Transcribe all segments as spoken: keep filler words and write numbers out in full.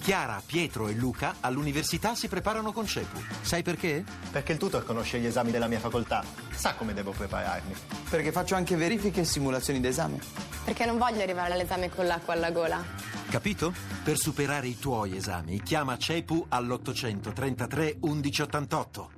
Chiara, Pietro e Luca all'università si preparano con CEPU. Sai perché? Perché il tutor conosce gli esami della mia facoltà, sa come devo prepararmi. Perché faccio anche verifiche e simulazioni d'esame. Perché non voglio arrivare all'esame con l'acqua alla gola. Capito? Per superare i tuoi esami, chiama CEPU all'ottocentotrentatré undici ottantotto.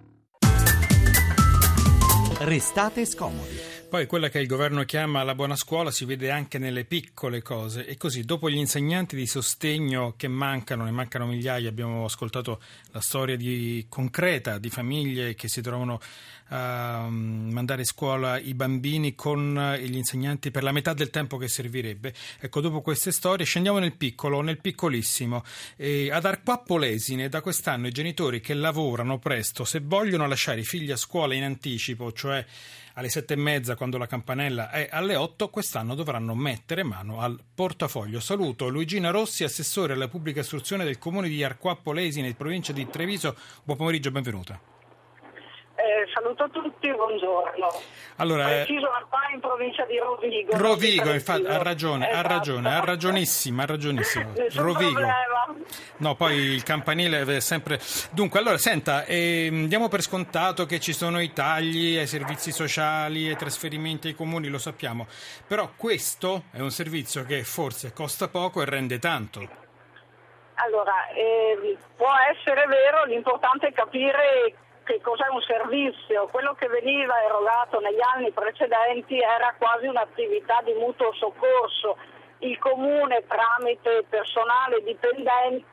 Restate scomodi. Poi quella che il governo chiama la buona scuola si vede anche nelle piccole cose, e così dopo gli insegnanti di sostegno che mancano, ne mancano migliaia, abbiamo ascoltato la storia di, concreta di famiglie che si trovano a mandare a scuola i bambini con gli insegnanti per la metà del tempo che servirebbe. Ecco, dopo queste storie scendiamo nel piccolo, nel piccolissimo. E ad Arquappo Lesine da quest'anno i genitori che lavorano presto, se vogliono lasciare i figli a scuola in anticipo, cioè alle sette e mezza quando la campanella è alle otto, quest'anno dovranno mettere mano al portafoglio. Saluto Luigina Rossi, assessore alla pubblica istruzione del comune di Arquappo Lesine, in provincia di Treviso. Buon pomeriggio, benvenuta. Eh, saluto a tutti, buongiorno. Allora, preciso qua in provincia di Rovigo. Rovigo, infatti, ha ragione, esatto. ha ragione, ha ragionissima, ha ragionissima. Nessun Rovigo. problema. No, poi il campanile è sempre. Dunque, allora, senta, eh, diamo per scontato che ci sono i tagli ai servizi sociali, ai trasferimenti ai comuni, lo sappiamo. Però questo è un servizio che forse costa poco e rende tanto. Allora, eh, può essere vero, l'importante è capire che cos'è un servizio. Quello che veniva erogato negli anni precedenti era quasi un'attività di mutuo soccorso. Il comune, tramite personale dipendente,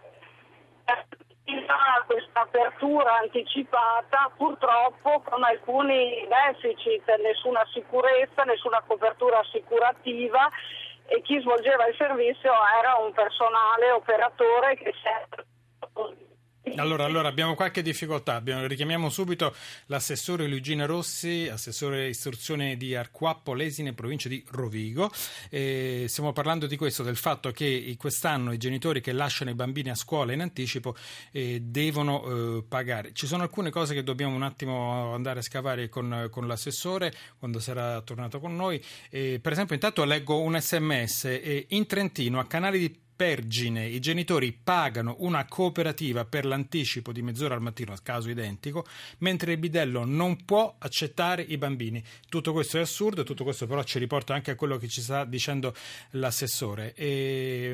ha questa apertura anticipata, purtroppo con alcuni deficit, nessuna sicurezza, nessuna copertura assicurativa, e chi svolgeva il servizio era un personale operatore che sempre... Allora, allora abbiamo qualche difficoltà, abbiamo, richiamiamo subito l'assessore Luigina Rossi, assessore istruzione di Arquappo Lesine, provincia di Rovigo. Eh, stiamo parlando di questo, del fatto che quest'anno i genitori che lasciano i bambini a scuola in anticipo eh, devono eh, pagare. Ci sono alcune cose che dobbiamo un attimo andare a scavare con, con l'assessore quando sarà tornato con noi. Eh, per esempio, intanto leggo un sms, eh, in Trentino a Canali di Pergine i genitori pagano una cooperativa per l'anticipo di mezz'ora al mattino, a caso identico, mentre il bidello non può accettare i bambini. Tutto questo è assurdo, tutto questo però ci riporta anche a quello che ci sta dicendo l'assessore. E,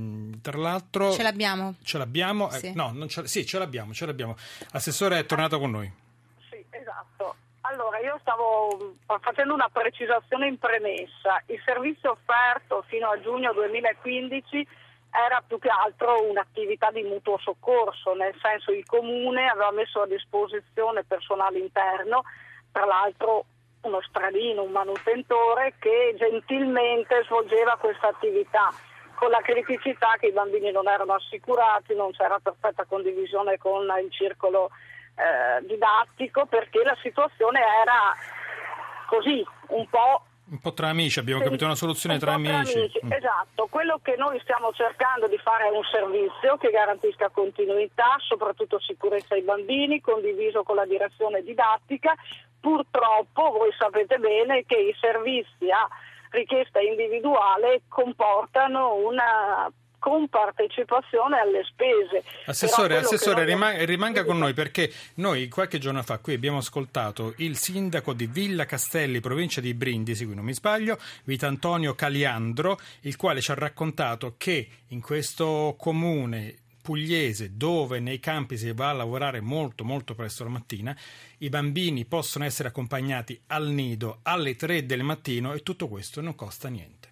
tra l'altro... Ce l'abbiamo? Ce l'abbiamo? Sì. Eh, no, non ce, sì, ce l'abbiamo, ce l'abbiamo. Assessore è tornato con noi. Sì, esatto. Allora, io stavo facendo una precisazione in premessa. Il servizio offerto fino a giugno duemilaquindici era più che altro un'attività di mutuo soccorso, nel senso il comune aveva messo a disposizione personale interno, tra l'altro uno stradino, un manutentore che gentilmente svolgeva questa attività, con la criticità che i bambini non erano assicurati, non c'era perfetta condivisione con il circolo eh, didattico, perché la situazione era così, un po'... Un po' tra amici, abbiamo capito, una soluzione tra amici. tra amici. Mm. Esatto, quello che noi stiamo cercando di fare è un servizio che garantisca continuità, soprattutto sicurezza ai bambini, condiviso con la direzione didattica. Purtroppo voi sapete bene che i servizi a richiesta individuale comportano una compartecipazione alle spese. Assessore, assessore noi... rimanga, rimanga con noi, perché noi qualche giorno fa qui abbiamo ascoltato il sindaco di Villa Castelli, provincia di Brindisi, qui non mi sbaglio, Vitantonio Caliandro, il quale ci ha raccontato che in questo comune pugliese, dove nei campi si va a lavorare molto molto presto la mattina, i bambini possono essere accompagnati al nido alle tre del mattino e tutto questo non costa niente.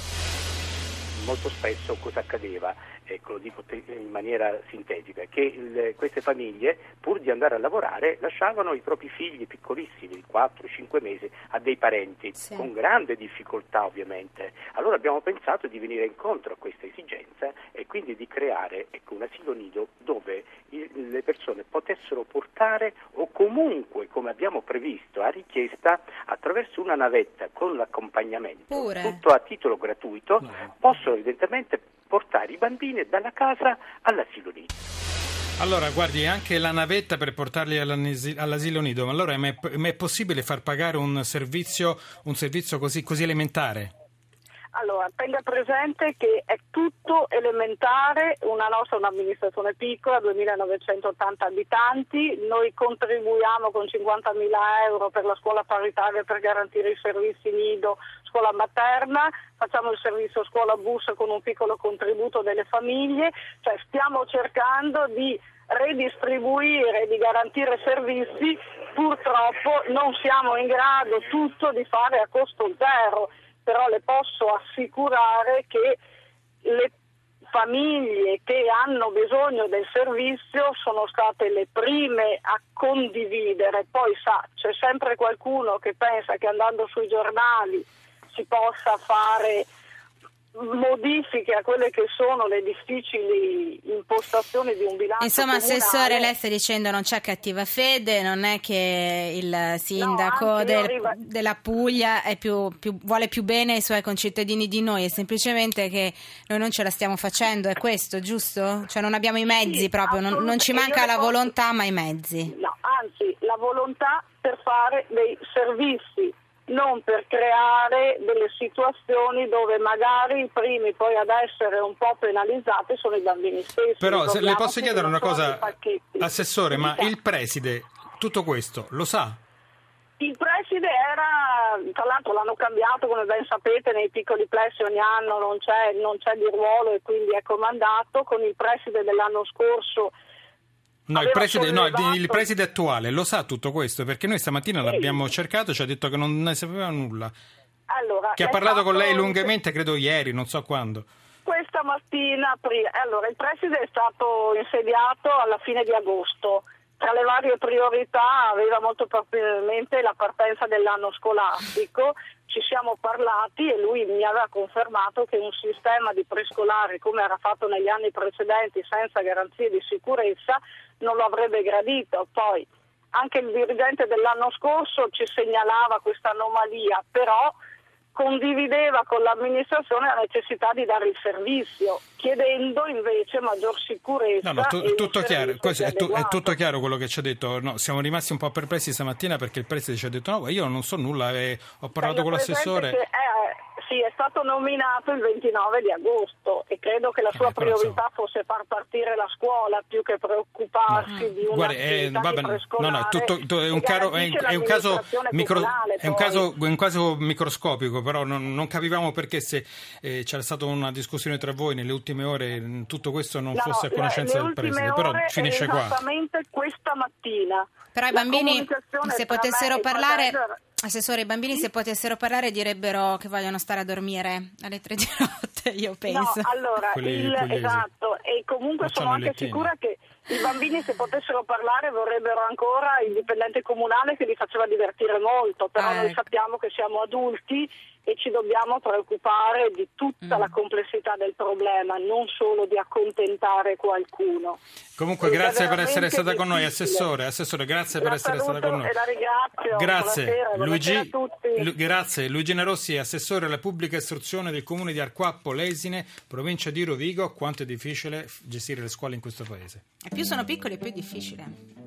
Molto spesso cosa accadeva, ecco, lo dico in maniera sintetica, che il, queste famiglie, pur di andare a lavorare, lasciavano i propri figli piccolissimi, quattro cinque mesi, a dei parenti, sì, con grande difficoltà ovviamente. Allora abbiamo pensato di venire incontro a questa esigenza e quindi di creare, ecco, un asilo nido dove il, le persone potessero portare, o comunque, come abbiamo previsto, a richiesta, attraverso una navetta con l'accompagnamento, Pure. tutto a titolo gratuito, no. possono evidentemente portare i bambini dalla casa all'asilo nido. Allora, guardi, anche la navetta per portarli all'asilo nido, ma allora è, è possibile far pagare un servizio, un servizio così, così elementare? Allora, tenga presente che è tutto elementare, una nostra è un'amministrazione piccola, duemilanovecentottanta abitanti, noi contribuiamo con cinquantamila euro per la scuola paritaria per garantire i servizi nido, scuola materna, facciamo il servizio scuola bus con un piccolo contributo delle famiglie, cioè stiamo cercando di redistribuire, di garantire servizi, purtroppo non siamo in grado tutto di fare a costo zero. Però le posso assicurare che le famiglie che hanno bisogno del servizio sono state le prime a condividere. Poi sa, c'è sempre qualcuno che pensa che andando sui giornali si possa fare modifiche a quelle che sono le difficili impostazioni di un bilancio Insomma, comunale. Assessore, lei sta dicendo non c'è cattiva fede, non è che il sindaco No, del, arriva... della Puglia è più, più, vuole più bene ai suoi concittadini di noi, è semplicemente che noi non ce la stiamo facendo, è questo, giusto? Cioè non abbiamo i mezzi Sì, proprio, non, non ci manca la posso... volontà ma i mezzi. No, anzi, la volontà per fare dei servizi, non per creare delle situazioni dove magari i primi poi ad essere un po' penalizzati sono i bambini stessi. Però se le posso che chiedere una non sono cosa, dei pacchetti. Assessore, ma Sì. il preside tutto questo lo sa? Il preside era, tra l'altro l'hanno cambiato, come ben sapete, nei piccoli plessi ogni anno non c'è, non c'è di ruolo e quindi è comandato. Con il preside dell'anno scorso No, il aveva preside, no, sollevato- il preside attuale lo sa tutto questo, perché noi stamattina Sì. l'abbiamo cercato e ci ha detto che non ne sapeva nulla. Allora, Che ha è parlato con stato- lei lungamente, credo ieri, non so quando. Questa mattina, prima, allora il preside è stato insediato alla fine di agosto. Tra le varie priorità aveva molto probabilmente la partenza dell'anno scolastico. Ci siamo parlati e lui mi aveva confermato che un sistema di prescolare come era fatto negli anni precedenti senza garanzie di sicurezza non lo avrebbe gradito. Poi anche il dirigente dell'anno scorso ci segnalava questa anomalia, però condivideva con l'amministrazione la necessità di dare il servizio, chiedendo invece maggior sicurezza. No, no, tu- e un tutto chiaro, servizio questo è, tu- è adeguato. tutto chiaro quello che ci ha detto. No, siamo rimasti un po' perplessi stamattina perché il preside ci ha detto no, io non so nulla e ho parlato Tenga con presente l'assessore. che è, sì, è stato nominato il ventinove di agosto e credo che la sua Eh, però, priorità fosse far partire la scuola più che preoccuparsi di una Guardi, è, attività vabbè, di no, prescolare no, è, tutto, tutto- è un, che caro- è, garantisce è un caso l'amministrazione micro- comunale, è un poi. caso un caso microscopico, però non, non capivamo perché se eh, c'era stata una discussione tra voi nelle ultime ore mh, tutto questo non No, fosse a no, conoscenza le del ultime preside, però ore finisce è qua. esattamente questa mattina. Però i La bambini, comunicazione se tra potessero me e parlare, Pader- Assessore, i bambini se potessero parlare direbbero che vogliono stare a dormire alle tre di notte, io penso. No, allora, Quelli il, pugliesi. esatto, e comunque Non sono c'hanno anche i lettini. sicura che i bambini se potessero parlare vorrebbero ancora il dipendente comunale che li faceva divertire molto, però Ah, noi ecco. sappiamo che siamo adulti e ci dobbiamo preoccupare di tutta Mm. la complessità del problema, non solo di accontentare qualcuno. Comunque Ed è grazie per essere veramente stata con noi, difficile. Assessore, Assessore, grazie per La essere saluto stata con noi. e la ringrazio. Grazie, Buonasera, buonasera Luigi, a tutti. Lu- grazie. Luigina Rossi, assessore alla pubblica istruzione del comune di Arquappo Lesine, provincia di Rovigo. Quanto è difficile f- gestire le scuole in questo paese. E più sono piccoli, più è difficile.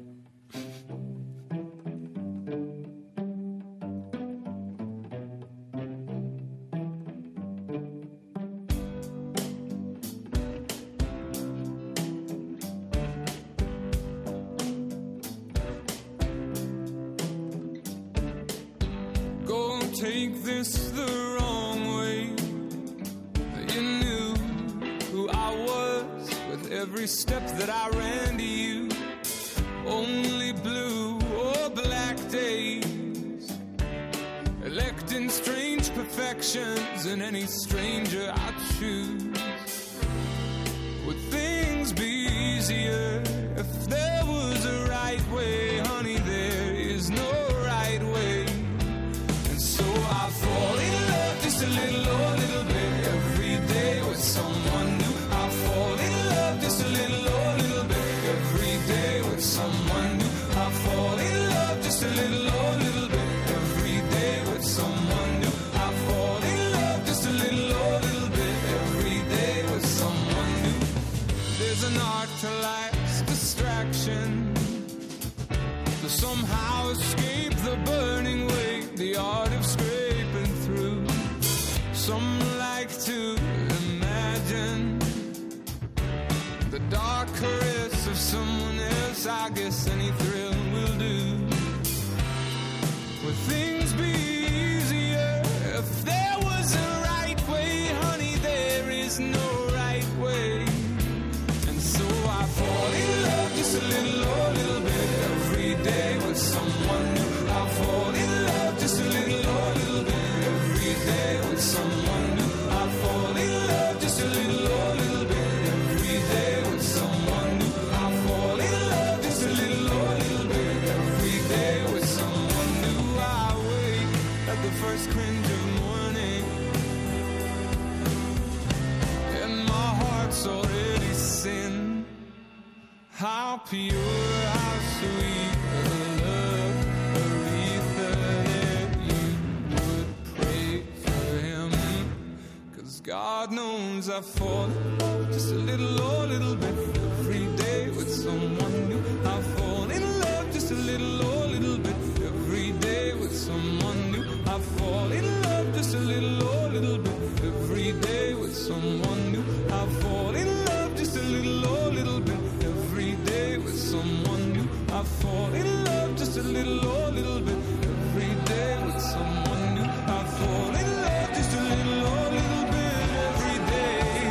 Don't take this the wrong way. You knew who I was with every step that I ran to you. Only blue or black days, electing strange perfections, and any stranger I choose. Would things be easier if there was a right way? Honey, there is no right way. And so I fall in love just a little, oh, little bit every day with someone new. I fall in love just a little, oh, little bit every day with someone new. I fall in love just a little, oh, little bit every day with someone new. I fall in love just a little, oh, little bit every day with someone new. There's an art to life's distraction, to somehow escape the burning weight, the art of scraping through. Some like dark caress of someone else, I guess any thrill will do. Would things be easier if there was a right way? Honey, there is no right way. And so I fall in love just a little, oh, little bit every day with someone new. I fall in love just a little, oh, little bit every day with someone new. I fall in love just a little, oh, little bit every day with someone new. I fall in love just a little, oh, little bit every day with someone new. I wake at the first cringe of morning, and my heart's already sin. How pure, how sweet the love, Aretha, that you would pray for him. 'Cause God knows I fall in love just a little, oh, little bit every day with someone new. I fall in love just a little, oh, little bit every day with someone new. I fall in love just a little, oh, little bit every day with someone new. I fall in love just a little, oh, little bit every day with someone new. I fall in love just a little, oh, little bit every day with someone new. I fall in love just a little, oh, little bit every day.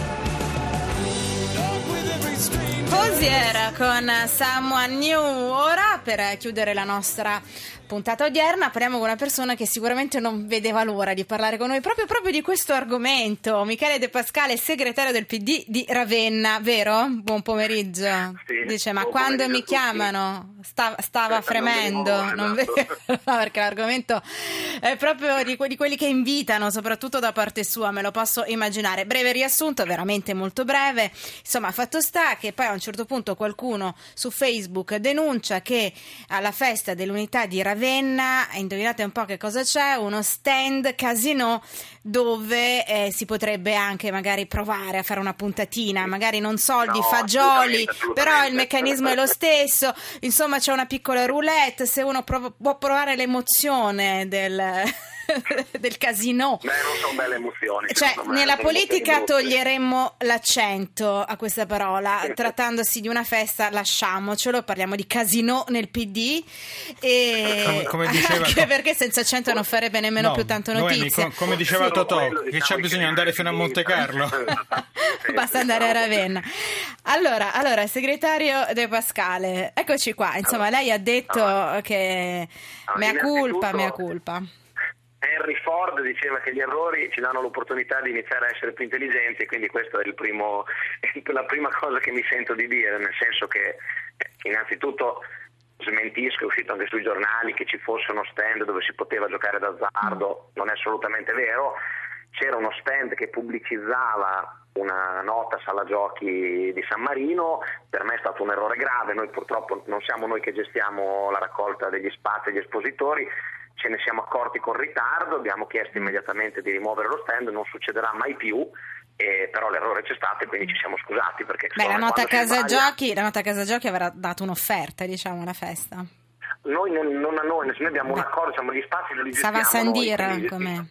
Love with every stranger. Hozier con Someone New. Ora, per chiudere la nostra puntata odierna, parliamo con una persona che sicuramente non vedeva l'ora di parlare con noi proprio, proprio di questo argomento. Michele De Pascale, segretario del P D di Ravenna, vero? Buon pomeriggio. Sì, dice, ma buon quando mi pomeriggio a tutti. chiamano stava, stava Eh, fremendo, non non vedo vedo, no, perché l'argomento è proprio di, que- di quelli che invitano, soprattutto da parte sua, me lo posso immaginare. Breve riassunto, veramente molto breve. Insomma, fatto sta che poi a un certo punto qualcuno su Facebook denuncia che alla festa dell'unità di Ravenna, indovinate un po' che cosa c'è? Uno stand casino dove eh, si potrebbe anche magari provare a fare una puntatina, magari non soldi, No, fagioli, assolutamente, assolutamente. però il meccanismo è lo stesso. Insomma, c'è una piccola roulette, se uno prov- può provare l'emozione del del casino. Beh, non sono belle emozioni. Cioè, secondo me, nella sono politica emozioni brutte. toglieremmo l'accento a questa parola, trattandosi di una festa lasciamocelo, parliamo di casino nel P D e Come- come diceva- anche perché senza accento non farebbe nemmeno No, più tanto Noemi, notizia. co- come diceva Sì, Totò, quello, che diciamo, c'è che bisogno di andare fino a Monte Carlo. Sì, Basta sì, andare a diciamo Ravenna. Allora, allora, segretario De Pascale, eccoci qua. Insomma, lei ha detto allora, che allora, mea culpa, innanzitutto- mea culpa. Henry Ford diceva che gli errori ci danno l'opportunità di iniziare a essere più intelligenti, e quindi questa è il primo, la prima cosa che mi sento di dire, nel senso che innanzitutto smentisco, è uscito anche sui giornali che ci fosse uno stand dove si poteva giocare d'azzardo, non è assolutamente vero. C'era uno stand che pubblicizzava una nota sala giochi di San Marino, per me è stato un errore grave, noi purtroppo non siamo noi che gestiamo la raccolta degli spazi e gli espositori, ce ne siamo accorti con ritardo, abbiamo chiesto immediatamente di rimuovere lo stand, non succederà mai più, eh, però l'errore c'è stato e quindi ci siamo scusati perché Beh, la insomma, nota quando si casa sbaglia- giochi, la nota casa giochi avrà dato un'offerta, diciamo, alla festa. Noi non, non a noi, noi abbiamo un accordo, diciamo, gli spazi li gestiamo Stava a Sandira, noi, quindi come,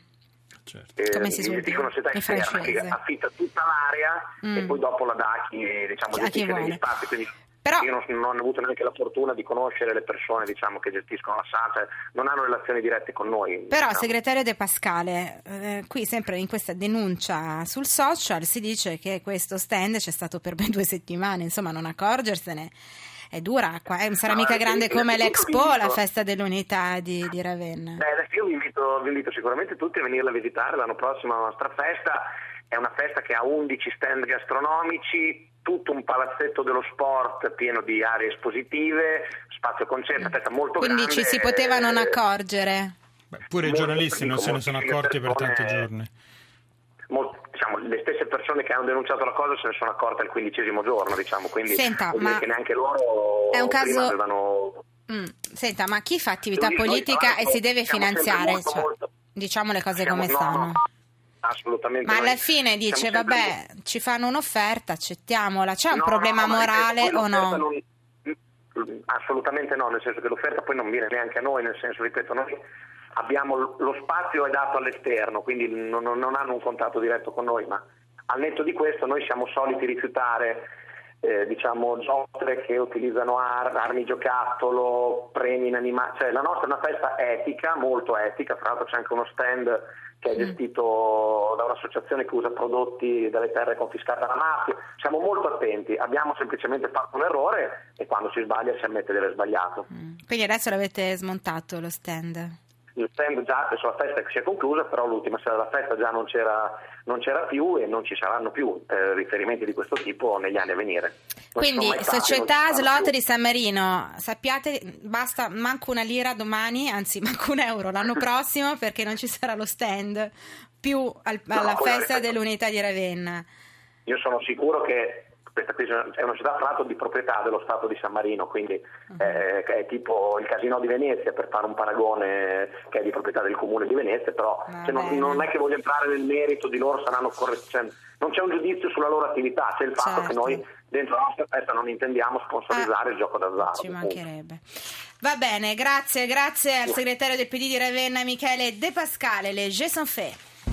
eh, come si suol dicono dire, società in esterna che francese. affitta tutta l'area Mm. e poi dopo la dà a chi, diciamo, A chi gestisce vuole. degli spazi, quindi Però- io non, non ho avuto neanche la fortuna di conoscere le persone, diciamo, che gestiscono la sala, cioè, non hanno relazioni dirette con noi. Però, diciamo. segretario De Pascale, eh, qui sempre in questa denuncia sul social si dice che questo stand c'è stato per ben due settimane, insomma, non accorgersene è dura, qua, eh, sarà No, mica sì, grande come innanzitutto l'Expo, vi la invito- festa dell'unità di, di Ravenna. Beh, adesso io vi invito, vi invito sicuramente tutti a venirla a visitare l'anno prossimo alla nostra festa. È una festa che ha undici stand gastronomici, tutto un palazzetto dello sport pieno di aree espositive, spazio concerti, una festa molto Quindi grande. ci si poteva non eh, accorgere. Beh, pure i Molto giornalisti non se ne sono moltissime accorti per tanti persone- giorni. Mol- diciamo, le stesse persone che hanno denunciato la cosa se ne sono accorte al quindicesimo giorno, diciamo, quindi Senta, vuol dire ma che neanche loro è un prima caso- avevano... Mm, Senta, ma chi fa attività Noi, tra politica e l'altro, si deve siamo sempre finanziare? molto, Cioè, molto- diciamo le cose siamo- come no, stanno. no, assolutamente. Ma noi alla fine siamo dice, sempre vabbè, ci fanno un'offerta, accettiamola. C'è un No, problema no, ma ripeto, morale poi o l'offerta no? non- assolutamente no, nel senso che l'offerta poi non viene neanche a noi, nel senso, ripeto, noi abbiamo l- lo spazio è dato all'esterno, quindi non, non- non hanno un contatto diretto con noi, ma al netto di questo noi siamo soliti rifiutare eh, diciamo giostre che utilizzano ar- armi giocattolo, premi inanimati, cioè la nostra è una festa etica, molto etica, tra l'altro c'è anche uno stand che è gestito da un'associazione che usa prodotti dalle terre confiscate alla mafia. Siamo molto attenti, abbiamo semplicemente fatto un errore e quando si sbaglia si ammette di aver sbagliato. Mm. Quindi adesso l'avete smontato lo stand? Il stand già adesso la festa che si è conclusa, però l'ultima sera della festa già non c'era, non c'era più e non ci saranno più eh, riferimenti di questo tipo negli anni a venire. Non Quindi stati, società slot di San Marino, sappiate, basta manco una lira domani, anzi manco un euro l'anno prossimo, perché non ci sarà lo stand più al, alla no, festa è... dell'unità di Ravenna. Io sono sicuro che questa qui è una città tra l'altro di proprietà dello Stato di San Marino, quindi uh-huh. eh, è tipo il Casinò di Venezia, per fare un paragone, che è di proprietà del comune di Venezia, però cioè, non, non è che voglio entrare nel merito di loro, saranno corretti, cioè, non c'è un giudizio sulla loro attività, c'è il fatto certo. che noi dentro la nostra festa non intendiamo sponsorizzare ah, il gioco d'azzardo. Ci mancherebbe. Va bene, grazie, grazie al segretario del P D di Ravenna Michele De Pascale, le G sont faits.